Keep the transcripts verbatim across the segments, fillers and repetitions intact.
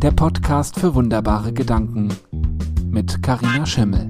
der Podcast für wunderbare Gedanken mit Carina Schimmel.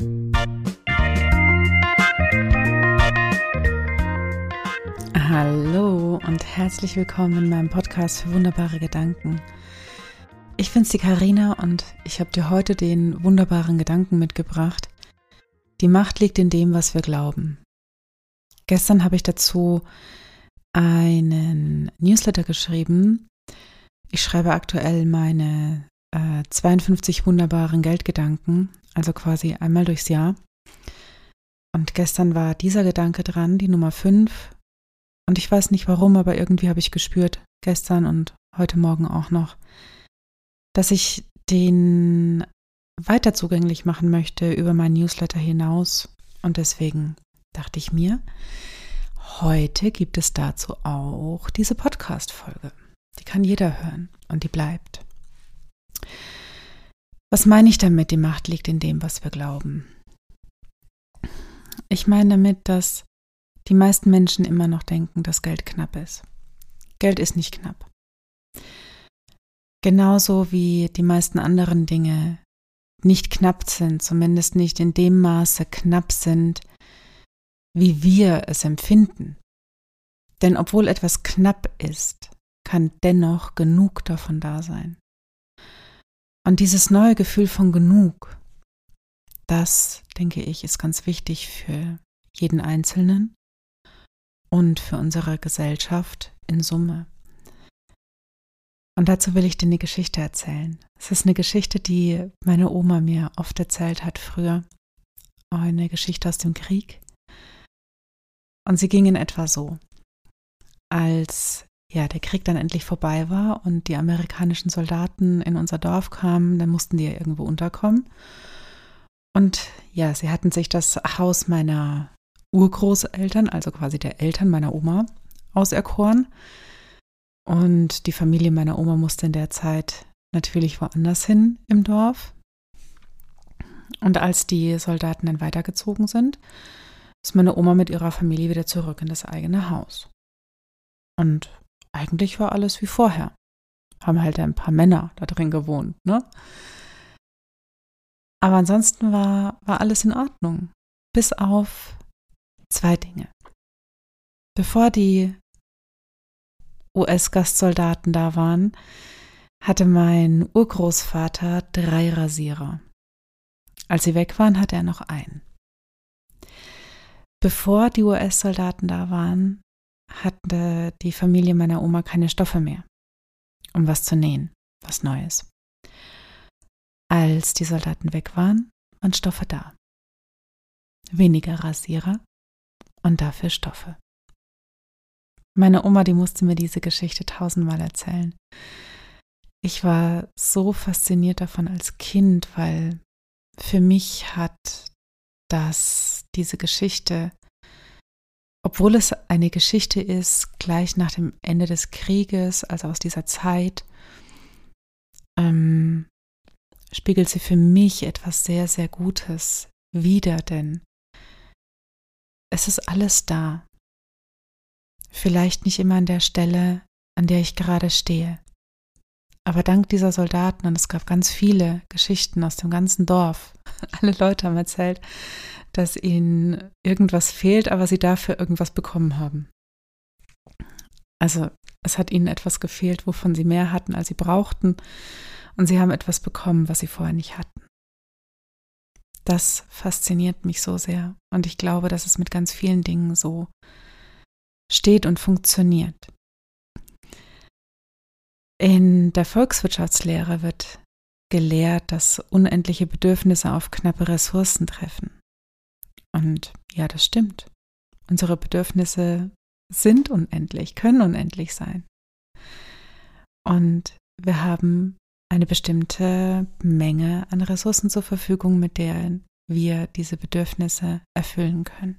Hallo und herzlich willkommen in meinem Podcast für wunderbare Gedanken. Ich bin's, die Carina, und ich habe dir heute den wunderbaren Gedanken mitgebracht. Die Macht liegt in dem, was wir glauben. Gestern habe ich dazu einen Newsletter geschrieben. Ich schreibe aktuell meine äh, zweiundfünfzig wunderbaren Geldgedanken, also quasi einmal durchs Jahr. Und gestern war dieser Gedanke dran, die Nummer fünf. Und ich weiß nicht warum, aber irgendwie habe ich gespürt, gestern und heute Morgen auch noch, dass ich den weiter zugänglich machen möchte über mein Newsletter hinaus. Und deswegen dachte ich mir, heute gibt es dazu auch diese Podcast-Folge. Die kann jeder hören und die bleibt. Was meine ich damit, die Macht liegt in dem, was wir glauben? Ich meine damit, dass die meisten Menschen immer noch denken, dass Geld knapp ist. Geld ist nicht knapp. Genauso wie die meisten anderen Dinge nicht knapp sind, zumindest nicht in dem Maße knapp sind, wie wir es empfinden. Denn obwohl etwas knapp ist, kann dennoch genug davon da sein. Und dieses neue Gefühl von genug, das, denke ich, ist ganz wichtig für jeden Einzelnen und für unsere Gesellschaft in Summe. Und dazu will ich dir eine Geschichte erzählen. Es ist eine Geschichte, die meine Oma mir oft erzählt hat früher. Eine Geschichte aus dem Krieg. Und sie ging in etwa so. Als ja, der Krieg dann endlich vorbei war und die amerikanischen Soldaten in unser Dorf kamen, dann mussten die ja irgendwo unterkommen. Und ja, sie hatten sich das Haus meiner Urgroßeltern, also quasi der Eltern meiner Oma, auserkoren. Und die Familie meiner Oma musste in der Zeit natürlich woanders hin im Dorf. Und als die Soldaten dann weitergezogen sind, ist meine Oma mit ihrer Familie wieder zurück in das eigene Haus. Und eigentlich war alles wie vorher. Haben halt ein paar Männer da drin gewohnt, ne? Aber ansonsten war, war alles in Ordnung. Bis auf zwei Dinge. Bevor die U S-Gastsoldaten da waren, hatte mein Urgroßvater drei Rasierer. Als sie weg waren, hatte er noch einen. Bevor die U S-Soldaten da waren, hatte die Familie meiner Oma keine Stoffe mehr, um was zu nähen, was Neues. Als die Soldaten weg waren, waren Stoffe da. Weniger Rasierer und dafür Stoffe. Meine Oma, die musste mir diese Geschichte tausendmal erzählen. Ich war so fasziniert davon als Kind, weil für mich hat das, diese Geschichte, obwohl es eine Geschichte ist, gleich nach dem Ende des Krieges, also aus dieser Zeit, ähm, spiegelt sie für mich etwas sehr, sehr Gutes wider, denn es ist alles da. Vielleicht nicht immer an der Stelle, an der ich gerade stehe. Aber dank dieser Soldaten, und es gab ganz viele Geschichten aus dem ganzen Dorf, alle Leute haben erzählt, dass ihnen irgendwas fehlt, aber sie dafür irgendwas bekommen haben. Also es hat ihnen etwas gefehlt, wovon sie mehr hatten, als sie brauchten, und sie haben etwas bekommen, was sie vorher nicht hatten. Das fasziniert mich so sehr, und ich glaube, dass es mit ganz vielen Dingen so steht und funktioniert. In der Volkswirtschaftslehre wird gelehrt, dass unendliche Bedürfnisse auf knappe Ressourcen treffen. Und ja, das stimmt. Unsere Bedürfnisse sind unendlich, können unendlich sein. Und wir haben eine bestimmte Menge an Ressourcen zur Verfügung, mit der wir diese Bedürfnisse erfüllen können.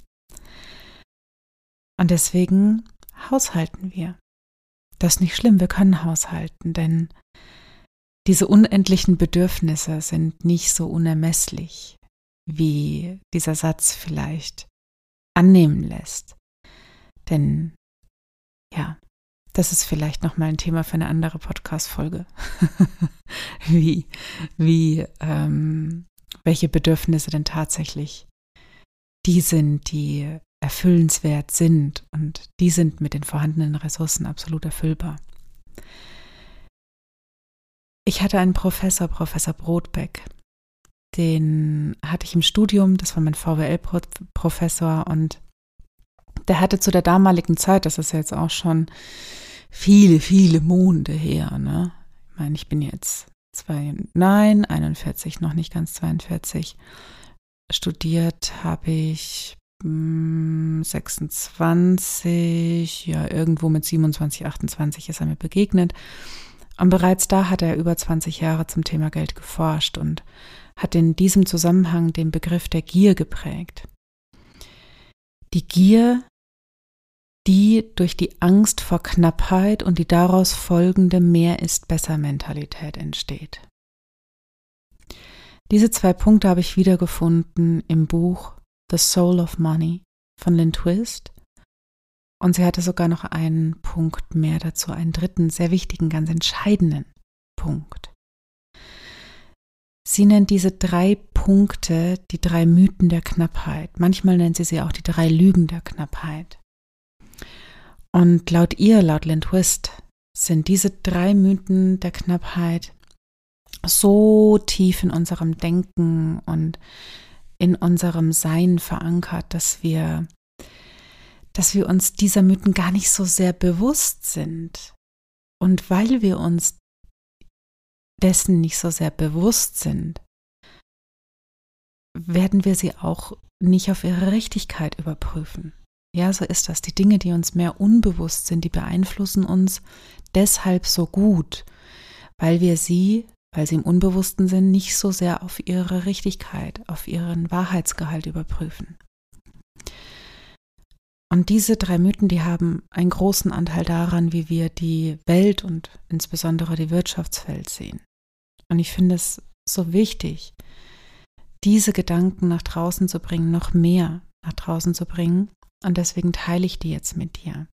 Und deswegen haushalten wir. Das ist nicht schlimm, wir können haushalten, denn diese unendlichen Bedürfnisse sind nicht so unermesslich, wie dieser Satz vielleicht annehmen lässt. Denn ja, das ist vielleicht nochmal ein Thema für eine andere Podcast-Folge. wie, wie, ähm, welche Bedürfnisse denn tatsächlich die sind, die erfüllenswert sind und die sind mit den vorhandenen Ressourcen absolut erfüllbar. Ich hatte einen Professor, Professor Brodbeck, den hatte ich im Studium, das war mein V W L-Professor und der hatte zu der damaligen Zeit, das ist ja jetzt auch schon viele, viele Monde her, ne? Ich meine, ich bin jetzt zwei, nein, einundvierzig, noch nicht ganz zweiundvierzig. Studiert habe ich mh, sechsundzwanzig, ja, irgendwo mit siebenundzwanzig, achtundzwanzig ist er mir begegnet. Und bereits da hat er über zwanzig Jahre zum Thema Geld geforscht und hat in diesem Zusammenhang den Begriff der Gier geprägt. Die Gier, die durch die Angst vor Knappheit und die daraus folgende Mehr-ist-besser-Mentalität entsteht. Diese zwei Punkte habe ich wiedergefunden im Buch The Soul of Money von Lynn Twist. Und sie hatte sogar noch einen Punkt mehr dazu, einen dritten, sehr wichtigen, ganz entscheidenden Punkt. Sie nennt diese drei Punkte die drei Mythen der Knappheit. Manchmal nennt sie sie auch die drei Lügen der Knappheit. Und laut ihr, laut Lynn Twist, sind diese drei Mythen der Knappheit so tief in unserem Denken und in unserem Sein verankert, dass wir dass wir uns dieser Mythen gar nicht so sehr bewusst sind. Und weil wir uns dessen nicht so sehr bewusst sind, werden wir sie auch nicht auf ihre Richtigkeit überprüfen. Ja, so ist das. Die Dinge, die uns mehr unbewusst sind, die beeinflussen uns deshalb so gut, weil wir sie, weil sie im Unbewussten sind, nicht so sehr auf ihre Richtigkeit, auf ihren Wahrheitsgehalt überprüfen. Und diese drei Mythen, die haben einen großen Anteil daran, wie wir die Welt und insbesondere die Wirtschaftswelt sehen. Und ich finde es so wichtig, diese Gedanken nach draußen zu bringen, noch mehr nach draußen zu bringen. Und deswegen teile ich die jetzt mit dir.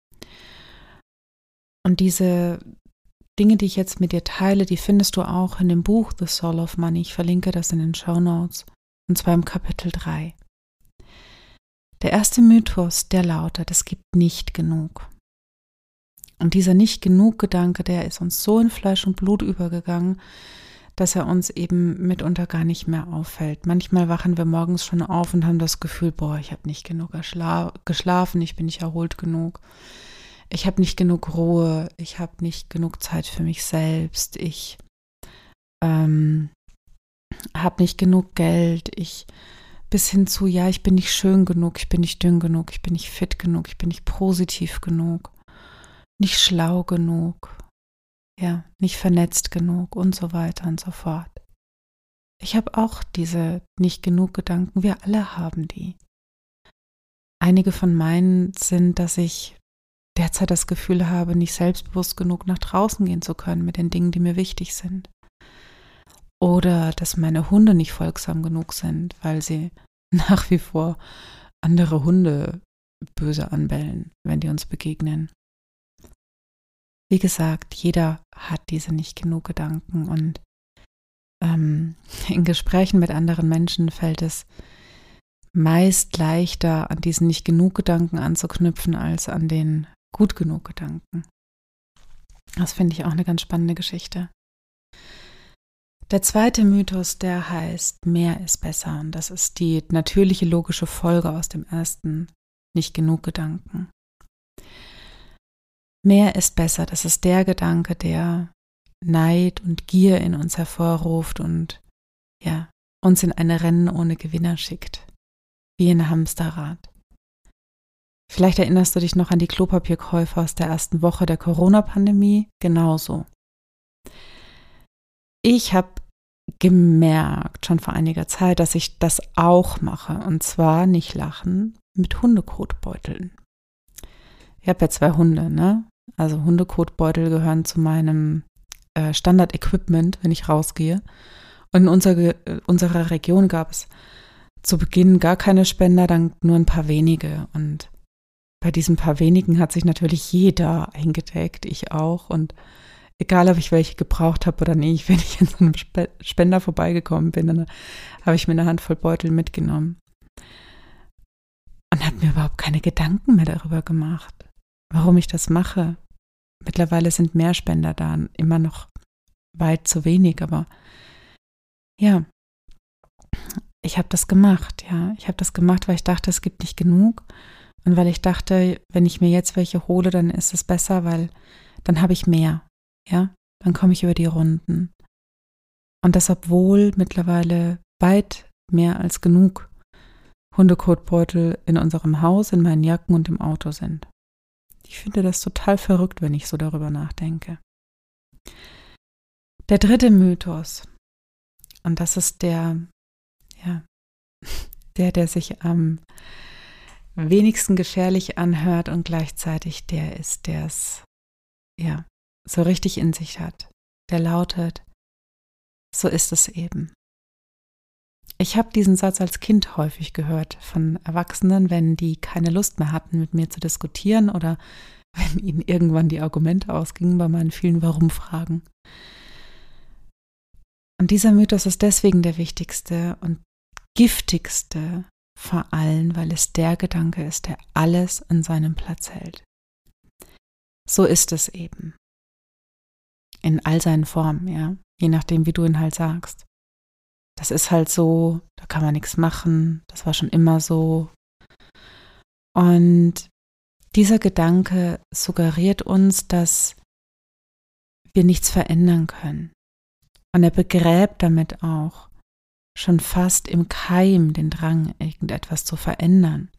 Und diese Dinge, die ich jetzt mit dir teile, die findest du auch in dem Buch The Soul of Money. Ich verlinke das in den Shownotes. Und zwar im Kapitel drei. Der erste Mythos, der lautet, es gibt nicht genug. Und dieser Nicht-Genug-Gedanke, der ist uns so in Fleisch und Blut übergegangen, dass er uns eben mitunter gar nicht mehr auffällt. Manchmal wachen wir morgens schon auf und haben das Gefühl, boah, ich habe nicht genug erschla- geschlafen, ich bin nicht erholt genug. Ich habe nicht genug Ruhe, ich habe nicht genug Zeit für mich selbst, ich ähm, habe nicht genug Geld, ich bis hin zu, ja, ich bin nicht schön genug, ich bin nicht dünn genug, ich bin nicht fit genug, ich bin nicht positiv genug, nicht schlau genug, ja, nicht vernetzt genug und so weiter und so fort. Ich habe auch diese nicht genug Gedanken, wir alle haben die. Einige von meinen sind, dass ich derzeit das Gefühl habe, nicht selbstbewusst genug nach draußen gehen zu können mit den Dingen, die mir wichtig sind. Oder dass meine Hunde nicht folgsam genug sind, weil sie nach wie vor andere Hunde böse anbellen, wenn die uns begegnen. Wie gesagt, jeder hat diese nicht genug Gedanken und ähm, in Gesprächen mit anderen Menschen fällt es meist leichter, an diesen nicht genug Gedanken anzuknüpfen, als an den gut genug Gedanken. Das finde ich auch eine ganz spannende Geschichte. Der zweite Mythos, der heißt, mehr ist besser. Und das ist die natürliche logische Folge aus dem ersten nicht genug Gedanken. Mehr ist besser, das ist der Gedanke, der Neid und Gier in uns hervorruft und ja, uns in ein Rennen ohne Gewinner schickt, wie in ein Hamsterrad. Vielleicht erinnerst du dich noch an die Klopapierkäufe aus der ersten Woche der Corona-Pandemie, genauso. Ich habe gemerkt, schon vor einiger Zeit, dass ich das auch mache, und zwar nicht lachen, mit Hundekotbeuteln. Ich habe ja zwei Hunde, ne? Also Hundekotbeutel gehören zu meinem äh, Standard-Equipment, wenn ich rausgehe. Und in unserer, äh, unserer Region gab es zu Beginn gar keine Spender, dann nur ein paar wenige. Und bei diesen paar wenigen hat sich natürlich jeder eingedeckt, ich auch. Und egal, ob ich welche gebraucht habe oder nicht, wenn ich an so einem Spender vorbeigekommen bin, dann habe ich mir eine Handvoll Beutel mitgenommen. Und habe mir überhaupt keine Gedanken mehr darüber gemacht, warum ich das mache. Mittlerweile sind mehr Spender da, immer noch weit zu wenig, aber ja, ich habe das gemacht, ja. Ich habe das gemacht, weil ich dachte, es gibt nicht genug. Und weil ich dachte, wenn ich mir jetzt welche hole, dann ist es besser, weil dann habe ich mehr, ja. Dann komme ich über die Runden. Und das, obwohl mittlerweile weit mehr als genug Hundekotbeutel in unserem Haus, in meinen Jacken und im Auto sind. Ich finde das total verrückt, wenn ich so darüber nachdenke. Der dritte Mythos, und das ist der, ja, der, der sich am wenigsten gefährlich anhört und gleichzeitig der ist, der es, ja, so richtig in sich hat. Der lautet: So ist es eben. Ich habe diesen Satz als Kind häufig gehört von Erwachsenen, wenn die keine Lust mehr hatten, mit mir zu diskutieren oder wenn ihnen irgendwann die Argumente ausgingen bei meinen vielen Warum-Fragen. Und dieser Mythos ist deswegen der wichtigste und giftigste vor allen, weil es der Gedanke ist, der alles an seinem Platz hält. So ist es eben. In all seinen Formen, ja, je nachdem, wie du ihn halt sagst. Das ist halt so, da kann man nichts machen, das war schon immer so. Und dieser Gedanke suggeriert uns, dass wir nichts verändern können. Und er begräbt damit auch schon fast im Keim den Drang, irgendetwas zu verändern.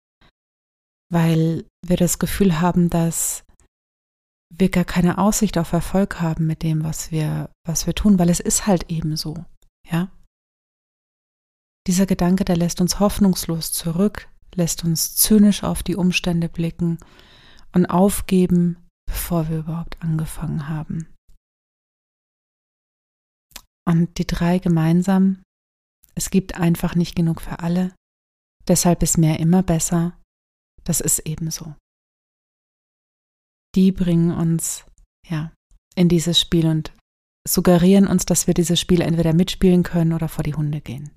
Weil wir das Gefühl haben, dass wir gar keine Aussicht auf Erfolg haben mit dem, was wir, was wir tun, weil es ist halt eben so, ja. Dieser Gedanke, der lässt uns hoffnungslos zurück, lässt uns zynisch auf die Umstände blicken und aufgeben, bevor wir überhaupt angefangen haben. Und die drei gemeinsam: Es gibt einfach nicht genug für alle, deshalb ist mehr immer besser, das ist eben so. Die bringen uns, ja, in dieses Spiel und suggerieren uns, dass wir dieses Spiel entweder mitspielen können oder vor die Hunde gehen.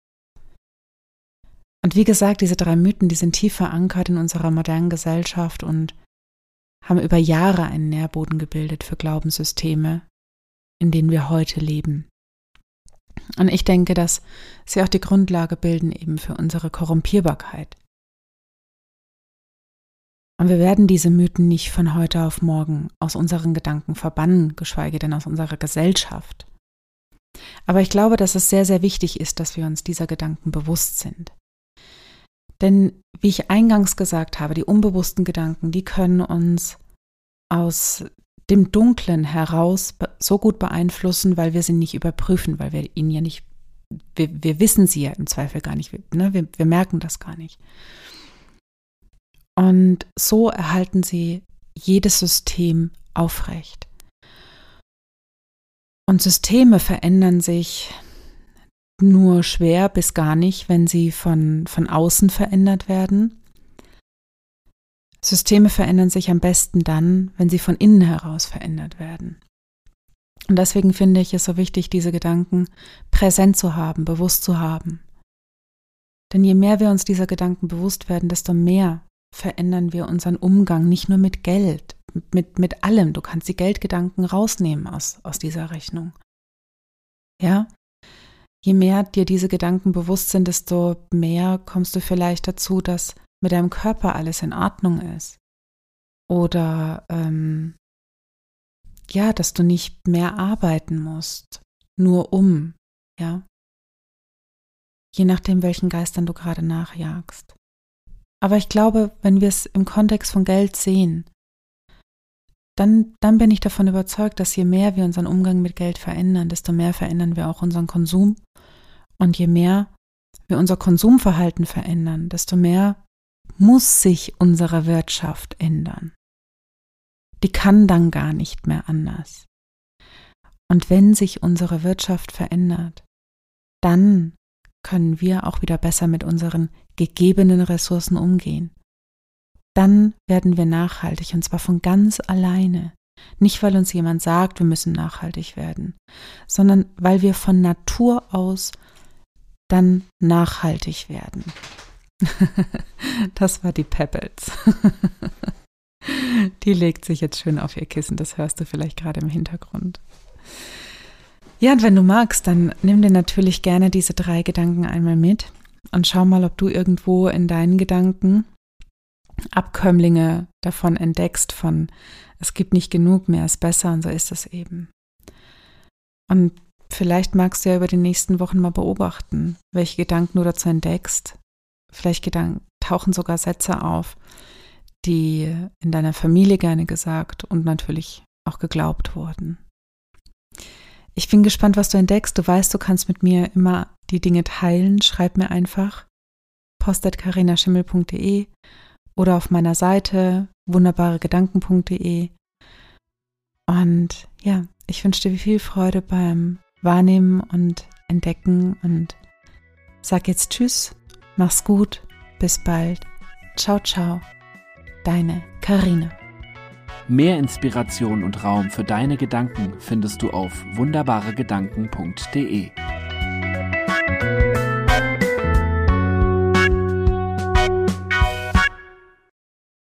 Und wie gesagt, diese drei Mythen, die sind tief verankert in unserer modernen Gesellschaft und haben über Jahre einen Nährboden gebildet für Glaubenssysteme, in denen wir heute leben. Und ich denke, dass sie auch die Grundlage bilden eben für unsere Korrumpierbarkeit. Und wir werden diese Mythen nicht von heute auf morgen aus unseren Gedanken verbannen, geschweige denn aus unserer Gesellschaft. Aber ich glaube, dass es sehr, sehr wichtig ist, dass wir uns dieser Gedanken bewusst sind. Denn wie ich eingangs gesagt habe, die unbewussten Gedanken, die können uns aus dem Dunklen heraus so gut beeinflussen, weil wir sie nicht überprüfen, weil wir ihnen ja nicht, wir, wir wissen sie ja im Zweifel gar nicht, ne? wir, wir merken das gar nicht. Und so erhalten sie jedes System aufrecht. Und Systeme verändern sich nur schwer bis gar nicht, wenn sie von, von außen verändert werden. Systeme verändern sich am besten dann, wenn sie von innen heraus verändert werden. Und deswegen finde ich es so wichtig, diese Gedanken präsent zu haben, bewusst zu haben. Denn je mehr wir uns dieser Gedanken bewusst werden, desto mehr verändern wir unseren Umgang, nicht nur mit Geld, mit, mit allem. Du kannst die Geldgedanken rausnehmen aus, aus dieser Rechnung. Ja? Je mehr dir diese Gedanken bewusst sind, desto mehr kommst du vielleicht dazu, dass mit deinem Körper alles in Ordnung ist. Oder ähm, ja, dass du nicht mehr arbeiten musst, nur um, ja. Je nachdem, welchen Geistern du gerade nachjagst. Aber ich glaube, wenn wir es im Kontext von Geld sehen, dann, dann bin ich davon überzeugt, dass je mehr wir unseren Umgang mit Geld verändern, desto mehr verändern wir auch unseren Konsum. Und je mehr wir unser Konsumverhalten verändern, desto mehr muss sich unsere Wirtschaft ändern. Die kann dann gar nicht mehr anders. Und wenn sich unsere Wirtschaft verändert, dann können wir auch wieder besser mit unseren gegebenen Ressourcen umgehen. dann werden wir nachhaltig und zwar von ganz alleine. Nicht, weil uns jemand sagt, wir müssen nachhaltig werden, sondern weil wir von Natur aus dann nachhaltig werden. Das war die Pebbles. Die legt sich jetzt schön auf ihr Kissen, das hörst du vielleicht gerade im Hintergrund. Ja, und wenn du magst, dann nimm dir natürlich gerne diese drei Gedanken einmal mit und schau mal, ob du irgendwo in deinen Gedanken Abkömmlinge davon entdeckst, von es gibt nicht genug, mehr ist besser und so ist es eben. Und vielleicht magst du ja über die nächsten Wochen mal beobachten, welche Gedanken du dazu entdeckst. Vielleicht Gedanken, tauchen sogar Sätze auf, die in deiner Familie gerne gesagt und natürlich auch geglaubt wurden. Ich bin gespannt, was du entdeckst. Du weißt, du kannst mit mir immer die Dinge teilen. Schreib mir einfach post at carina schimmel punkt de oder auf meiner Seite wunderbare gedanken punkt de. Und ja, ich wünsche dir viel Freude beim Wahrnehmen und Entdecken und sag jetzt Tschüss, mach's gut, bis bald. Ciao, ciao, deine Carina. Mehr Inspiration und Raum für deine Gedanken findest du auf wunderbare gedanken punkt de.